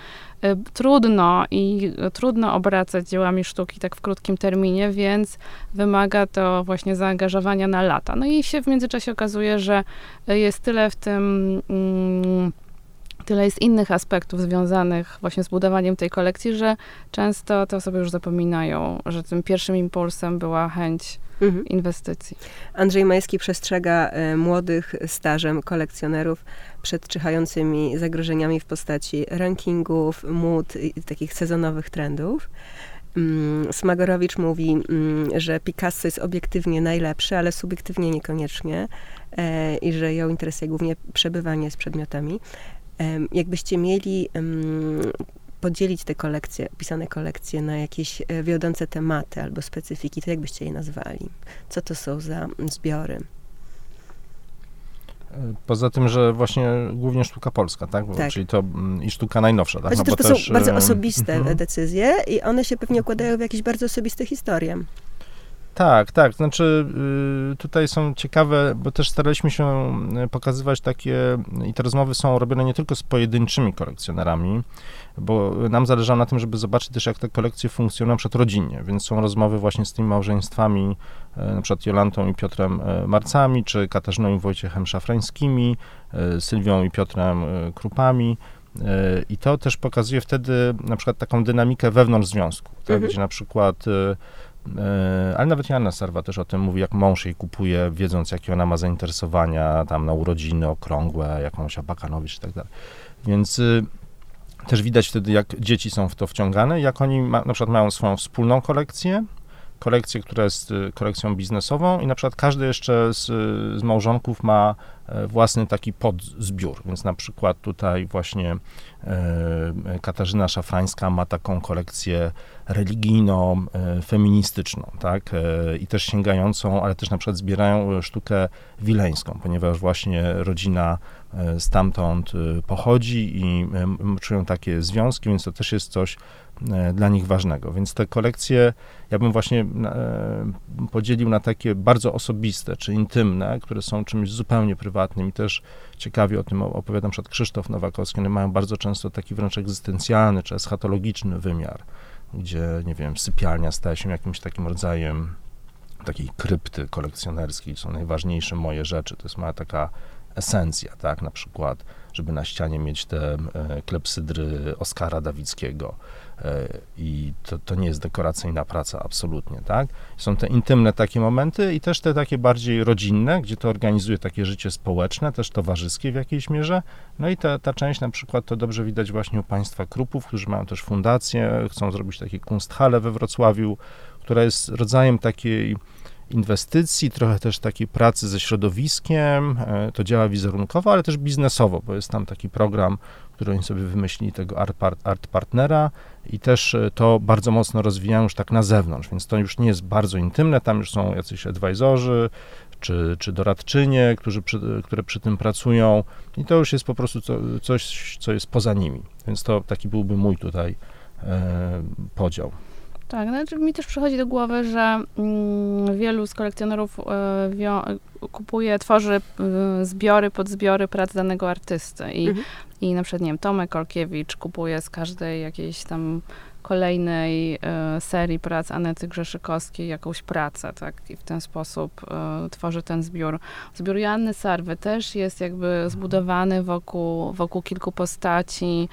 Trudno obracać dziełami sztuki tak w krótkim terminie, więc wymaga to właśnie zaangażowania na lata. I się w międzyczasie okazuje, że jest tyle w tym... Tyle jest innych aspektów związanych właśnie z budowaniem tej kolekcji, że często te osoby już zapominają, że tym pierwszym impulsem była chęć inwestycji. Andrzej Majewski przestrzega młodych stażem kolekcjonerów przed czyhającymi zagrożeniami w postaci rankingów, mód i takich sezonowych trendów. Smagorowicz mówi, że Picasso jest obiektywnie najlepszy, ale subiektywnie niekoniecznie i że ją interesuje głównie przebywanie z przedmiotami. Jakbyście mieli podzielić te kolekcje, opisane kolekcje na jakieś wiodące tematy albo specyfiki, to jak byście je nazwali? Co to są za zbiory? Poza tym, że właśnie głównie sztuka polska, tak? Tak. Czyli to i sztuka najnowsza, tak? Chociaż to są bardzo osobiste decyzje i one się pewnie układają w jakieś bardzo osobiste historie. Tak. Znaczy tutaj są ciekawe, bo też staraliśmy się pokazywać takie, i te rozmowy są robione nie tylko z pojedynczymi kolekcjonerami, bo nam zależało na tym, żeby zobaczyć też, jak te kolekcje funkcjonują rodzinnie, więc są rozmowy właśnie z tymi małżeństwami, na przykład Jolantą i Piotrem Marcami, czy Katarzyną i Wojciechem Szafrańskimi, Sylwią i Piotrem Krupami. I to też pokazuje wtedy na przykład taką dynamikę wewnątrz związku, tak? Gdzie na przykład ale nawet Joanna Sarwa też o tym mówi, jak mąż jej kupuje, wiedząc, jakie ona ma zainteresowania tam na urodziny okrągłe, jakąś Abakanowicz i tak dalej. Więc też widać wtedy, jak dzieci są w to wciągane, jak oni na przykład mają swoją wspólną kolekcję, która jest kolekcją biznesową i na przykład każdy jeszcze z małżonków ma własny taki podzbiór, więc na przykład tutaj właśnie Katarzyna Szafrańska ma taką kolekcję religijną, feministyczną, tak, i też sięgającą, ale też na przykład zbierają sztukę wileńską, ponieważ właśnie rodzina stamtąd pochodzi i czują takie związki, więc to też jest coś dla nich ważnego. Więc te kolekcje ja bym właśnie podzielił na takie bardzo osobiste, czy intymne, które są czymś zupełnie prywatnym i też ciekawie o tym opowiada na przykład Krzysztof Nowakowski. One mają bardzo często taki wręcz egzystencjalny, czy eschatologiczny wymiar, gdzie, nie wiem, sypialnia staje się jakimś takim rodzajem takiej krypty kolekcjonerskiej, są najważniejsze moje rzeczy, to jest moja taka esencja, tak, na przykład, żeby na ścianie mieć te klepsydry Oskara Dawickiego i to nie jest dekoracyjna praca, absolutnie, tak. Są te intymne takie momenty i też te takie bardziej rodzinne, gdzie to organizuje takie życie społeczne, też towarzyskie w jakiejś mierze, no i ta część na przykład to dobrze widać właśnie u państwa Krupów, którzy mają też fundację, chcą zrobić takie Kunsthalle we Wrocławiu, która jest rodzajem takiej inwestycji, trochę też takiej pracy ze środowiskiem, to działa wizerunkowo, ale też biznesowo, bo jest tam taki program, który oni sobie wymyślili, tego Art Partnera i też to bardzo mocno rozwijają już tak na zewnątrz, więc to już nie jest bardzo intymne, tam już są jacyś advisorzy, czy doradczynie, które przy tym pracują i to już jest po prostu coś, co jest poza nimi, więc to taki byłby mój tutaj podział. Tak, znaczy mi też przychodzi do głowy, że wielu z kolekcjonerów tworzy zbiory, podzbiory prac danego artysty i na przykład, nie wiem, Tomek Olkiewicz kupuje z każdej jakiejś tam kolejnej serii prac Anety Grzeszykowskiej jakąś pracę, tak, i w ten sposób tworzy ten zbiór. Zbiór Joanny Sarwy też jest jakby zbudowany wokół kilku postaci,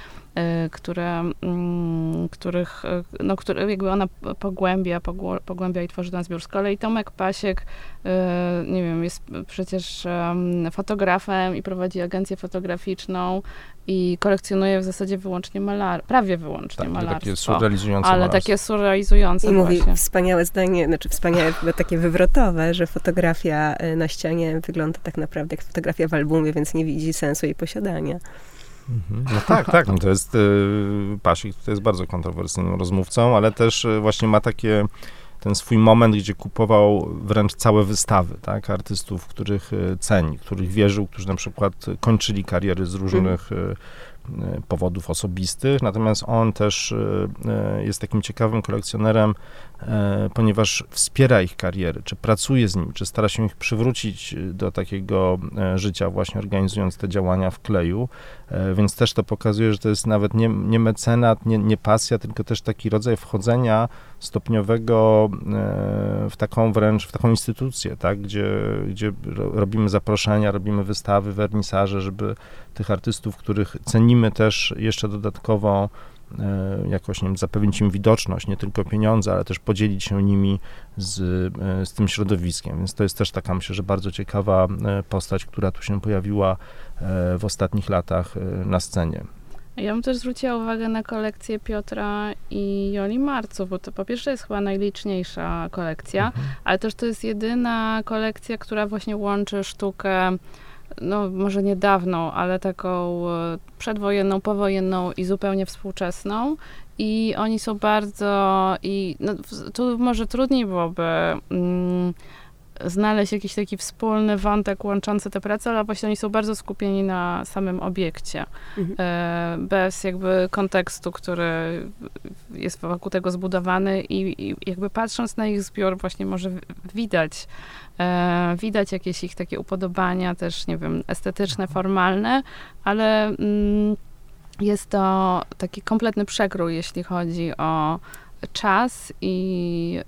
których jakby ona pogłębia i tworzy ten zbiór. Z kolei Tomek Pasiek, nie wiem, jest przecież fotografem i prowadzi agencję fotograficzną i kolekcjonuje w zasadzie wyłącznie prawie wyłącznie malarstwo. Takie surrealizujące ale malarstwo. takie surrealizujące I mówi właśnie. wspaniałe zdanie, znaczy wspaniałe, takie wywrotowe, że fotografia na ścianie wygląda tak naprawdę jak fotografia w albumie, więc nie widzi sensu jej posiadania. No tak, no to jest Pasik, to jest bardzo kontrowersyjnym rozmówcą, ale też właśnie ma ten swój moment, gdzie kupował wręcz całe wystawy, tak, artystów, których ceni, których wierzył, którzy na przykład kończyli kariery z różnych powodów osobistych, natomiast on też jest takim ciekawym kolekcjonerem, ponieważ wspiera ich kariery, czy pracuje z nimi, czy stara się ich przywrócić do takiego życia, właśnie organizując te działania w Kleju, więc też to pokazuje, że to jest nawet nie mecenat, nie pasja, tylko też taki rodzaj wchodzenia stopniowego w taką instytucję, tak, gdzie robimy zaproszenia, robimy wystawy, wernisaże, żeby tych artystów, których cenimy też jeszcze dodatkowo jakoś, nie wiem, zapewnić im widoczność, nie tylko pieniądze, ale też podzielić się nimi z tym środowiskiem. Więc to jest też taka, myślę, że bardzo ciekawa postać, która tu się pojawiła w ostatnich latach na scenie. Ja bym też zwróciła uwagę na kolekcję Piotra i Joli Marców, bo to po pierwsze jest chyba najliczniejsza kolekcja, ale też to jest jedyna kolekcja, która właśnie łączy sztukę no może niedawną, ale taką przedwojenną, powojenną i zupełnie współczesną. I oni są bardzo, tu może trudniej byłoby znaleźć jakiś taki wspólny wątek łączący te prace, ale właśnie oni są bardzo skupieni na samym obiekcie. Bez jakby kontekstu, który jest wokół tego zbudowany i jakby patrząc na ich zbiór właśnie może widać jakieś ich takie upodobania też, nie wiem, estetyczne, formalne, ale jest to taki kompletny przekrój, jeśli chodzi o czas i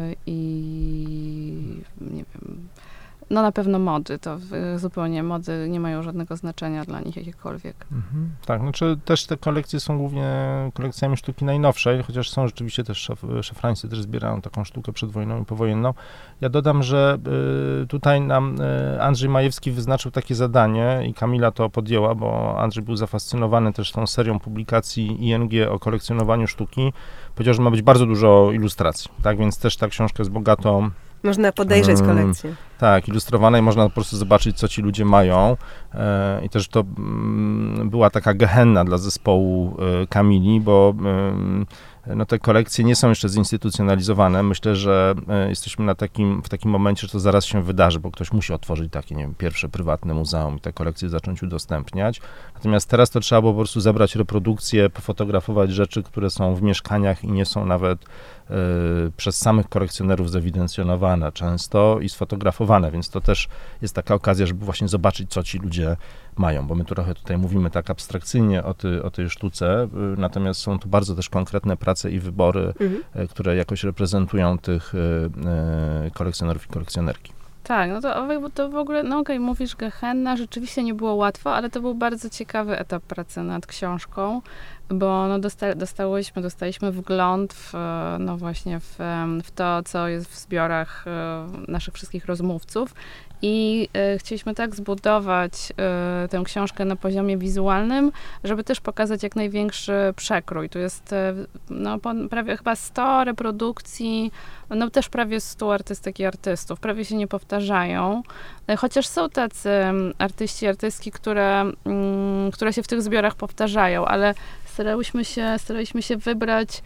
nie wiem, no na pewno mody, to zupełnie mody nie mają żadnego znaczenia dla nich jakiekolwiek. Tak, znaczy też te kolekcje są głównie kolekcjami sztuki najnowszej, chociaż są rzeczywiście też szafrańscy też zbierają taką sztukę przedwojenną i powojenną. Ja dodam, że tutaj nam Andrzej Majewski wyznaczył takie zadanie i Kamila to podjęła, bo Andrzej był zafascynowany też tą serią publikacji ING o kolekcjonowaniu sztuki. Powiedział, że ma być bardzo dużo ilustracji, tak, więc też ta książka jest bogatą. Można podejrzeć kolekcję. Tak, ilustrowane i można po prostu zobaczyć, co ci ludzie mają. I też to była taka gehenna dla zespołu Kamili, bo no, te kolekcje nie są jeszcze zinstytucjonalizowane. Myślę, że jesteśmy w takim momencie, że to zaraz się wydarzy, bo ktoś musi otworzyć takie, nie wiem, pierwsze prywatne muzeum i te kolekcje zacząć udostępniać. Natomiast teraz to trzeba było po prostu zebrać reprodukcje, pofotografować rzeczy, które są w mieszkaniach i nie są nawet przez samych kolekcjonerów zewidencjonowane często i sfotografowane, więc to też jest taka okazja, żeby właśnie zobaczyć, co ci ludzie mają, bo my trochę tutaj mówimy tak abstrakcyjnie o tej sztuce, natomiast są tu bardzo też konkretne prace i wybory, które jakoś reprezentują tych kolekcjonerów i kolekcjonerki. Tak, no to w ogóle, no okej, mówisz gehenna, rzeczywiście nie było łatwo, ale to był bardzo ciekawy etap pracy nad książką, bo no dostaliśmy wgląd no właśnie w to, co jest w zbiorach naszych wszystkich rozmówców i chcieliśmy tak zbudować tę książkę na poziomie wizualnym, żeby też pokazać jak największy przekrój. Tu jest no, prawie chyba 100 reprodukcji, no też prawie 100 artystek i artystów, prawie się nie powtarzają, chociaż są tacy artyści i artystki, które się w tych zbiorach powtarzają, ale staraliśmy się wybrać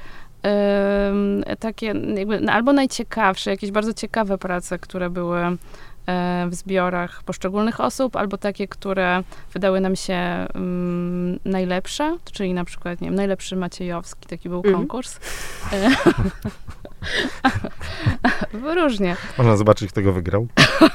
takie jakby albo najciekawsze, jakieś bardzo ciekawe prace, które były w zbiorach poszczególnych osób, albo takie, które wydały nam się najlepsze, czyli na przykład, nie wiem, najlepszy Maciejowski, taki był konkurs. Różnie. Można zobaczyć, kto go wygrał.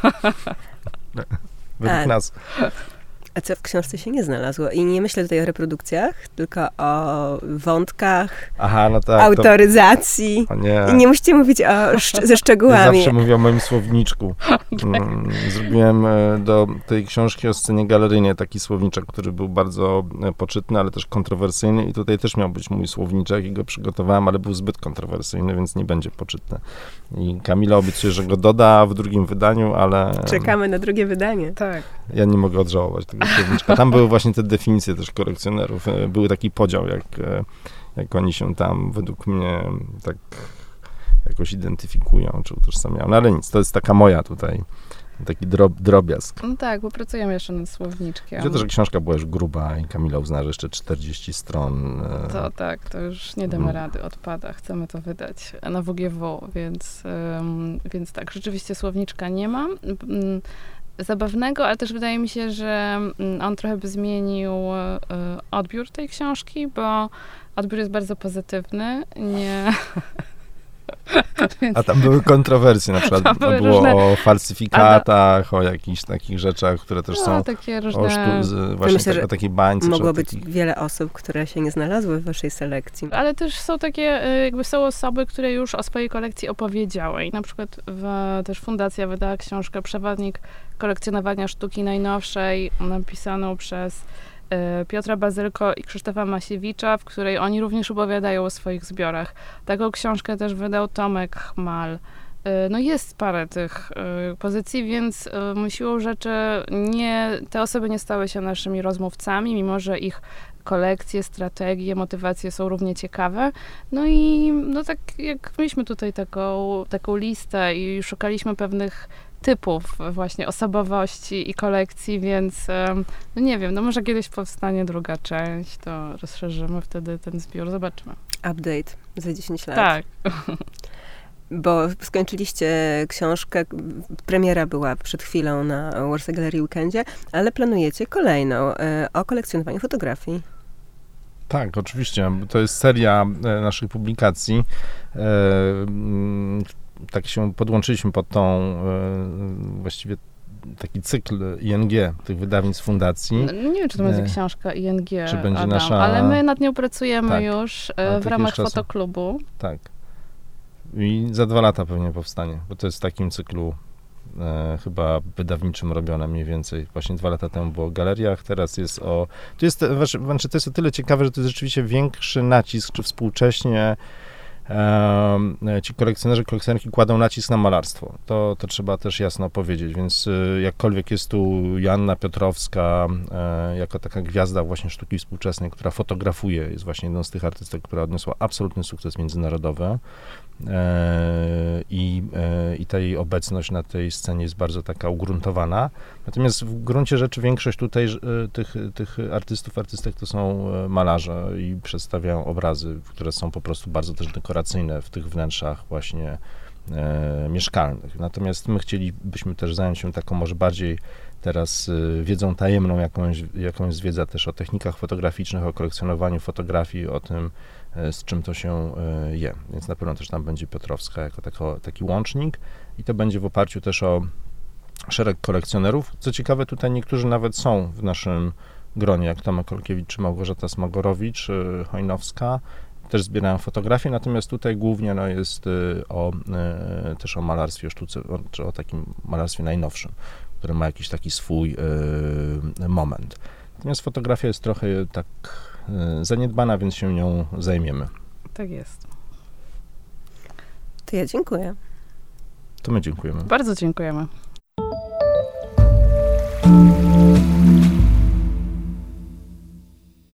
Według nas. A co w książce się nie znalazło? I nie myślę tutaj o reprodukcjach, tylko o wątkach, no tak, autoryzacji. Nie. I nie musicie mówić ze szczegółami. Ja zawsze mówię o moim słowniczku. Zrobiłem do tej książki o scenie galeryjnej taki słowniczek, który był bardzo poczytny, ale też kontrowersyjny i tutaj też miał być mój słowniczek i go przygotowałem, ale był zbyt kontrowersyjny, więc nie będzie poczytny. I Kamila obiecuje, że go doda w drugim wydaniu, ale... Czekamy na drugie wydanie. Tak. Ja nie mogę odżałować tego słowniczka. Tam były właśnie te definicje też kolekcjonerów. Był taki podział, jak oni się tam według mnie tak jakoś identyfikują, czy utożsamiają. No ale nic, to jest taka moja tutaj, taki drobiazg. No tak, bo pracujemy jeszcze nad słowniczkiem. Że książka była już gruba i Kamila uznała, że jeszcze 40 stron. To tak, to już nie damy rady, odpada. Chcemy to wydać na WGW, więc tak, rzeczywiście słowniczka nie ma. Zabawnego, ale też wydaje mi się, że on trochę by zmienił odbiór tej książki, bo odbiór jest bardzo pozytywny. Nie... A tam były kontrowersje, na przykład było różne... o falsyfikatach, o jakichś takich rzeczach, które też są takie różne... właśnie myślę, o takiej bańce. Mogło być wiele osób, które się nie znalazły w waszej selekcji. Ale też są takie, jakby są osoby, które już o swojej kolekcji opowiedziały. I na przykład też fundacja wydała książkę Przewodnik kolekcjonowania sztuki najnowszej, napisaną przez Piotra Bazylko i Krzysztofa Masiewicza, w której oni również opowiadają o swoich zbiorach. Taką książkę też wydał Tomek Chmal. No jest parę tych pozycji, więc siłą rzeczy te osoby nie stały się naszymi rozmówcami, mimo że ich kolekcje, strategie, motywacje są równie ciekawe. No i no tak jak mieliśmy tutaj taką listę i szukaliśmy pewnych typów właśnie osobowości i kolekcji, więc no nie wiem, no może kiedyś powstanie druga część, to rozszerzymy wtedy ten zbiór, zobaczymy. Update za 10 lat. Tak. Bo skończyliście książkę, premiera była przed chwilą na Warsaw Gallery Weekendzie, ale planujecie kolejną o kolekcjonowaniu fotografii. Tak, oczywiście. To jest seria naszych publikacji. Tak się podłączyliśmy pod tą właściwie taki cykl ING, tych wydawnictw fundacji. No, nie wiem, czy to będzie książka ING, czy będzie Adam, nasza... ale my nad nią pracujemy tak, już w ramach fotoklubu. Tak. I za 2 lata pewnie powstanie, bo to jest w takim cyklu chyba wydawniczym robione mniej więcej. Właśnie 2 lata temu było o galeriach, teraz jest o... To jest o tyle ciekawe, że to jest rzeczywiście większy nacisk, czy współcześnie ci kolekcjonerki kładą nacisk na malarstwo. To trzeba też jasno powiedzieć, więc jakkolwiek jest tu Joanna Piotrowska jako taka gwiazda właśnie sztuki współczesnej, która fotografuje, jest właśnie jedną z tych artystek, która odniosła absolutny sukces międzynarodowy i ta jej obecność na tej scenie jest bardzo taka ugruntowana. Natomiast w gruncie rzeczy większość tutaj tych artystek to są malarze i przedstawiają obrazy, które są po prostu bardzo też dekoracyjne w tych wnętrzach właśnie mieszkalnych. Natomiast my chcielibyśmy też zająć się taką może bardziej teraz wiedzą tajemną, jakąś jest wiedza też o technikach fotograficznych, o kolekcjonowaniu fotografii, o tym, z czym to się je. Więc na pewno też tam będzie Piotrowska jako taki łącznik i to będzie w oparciu też o szereg kolekcjonerów. Co ciekawe, tutaj niektórzy nawet są w naszym gronie, jak Tomek Olkiewicz, czy Małgorzata Smagorowicz, Hojnowska. Też zbierają fotografie, natomiast tutaj głównie jest też o malarstwie, sztuce, czy o takim malarstwie najnowszym, które ma jakiś taki swój moment. Natomiast fotografia jest trochę tak zaniedbana, więc się nią zajmiemy. Tak jest. To ja dziękuję. To my dziękujemy. Bardzo dziękujemy.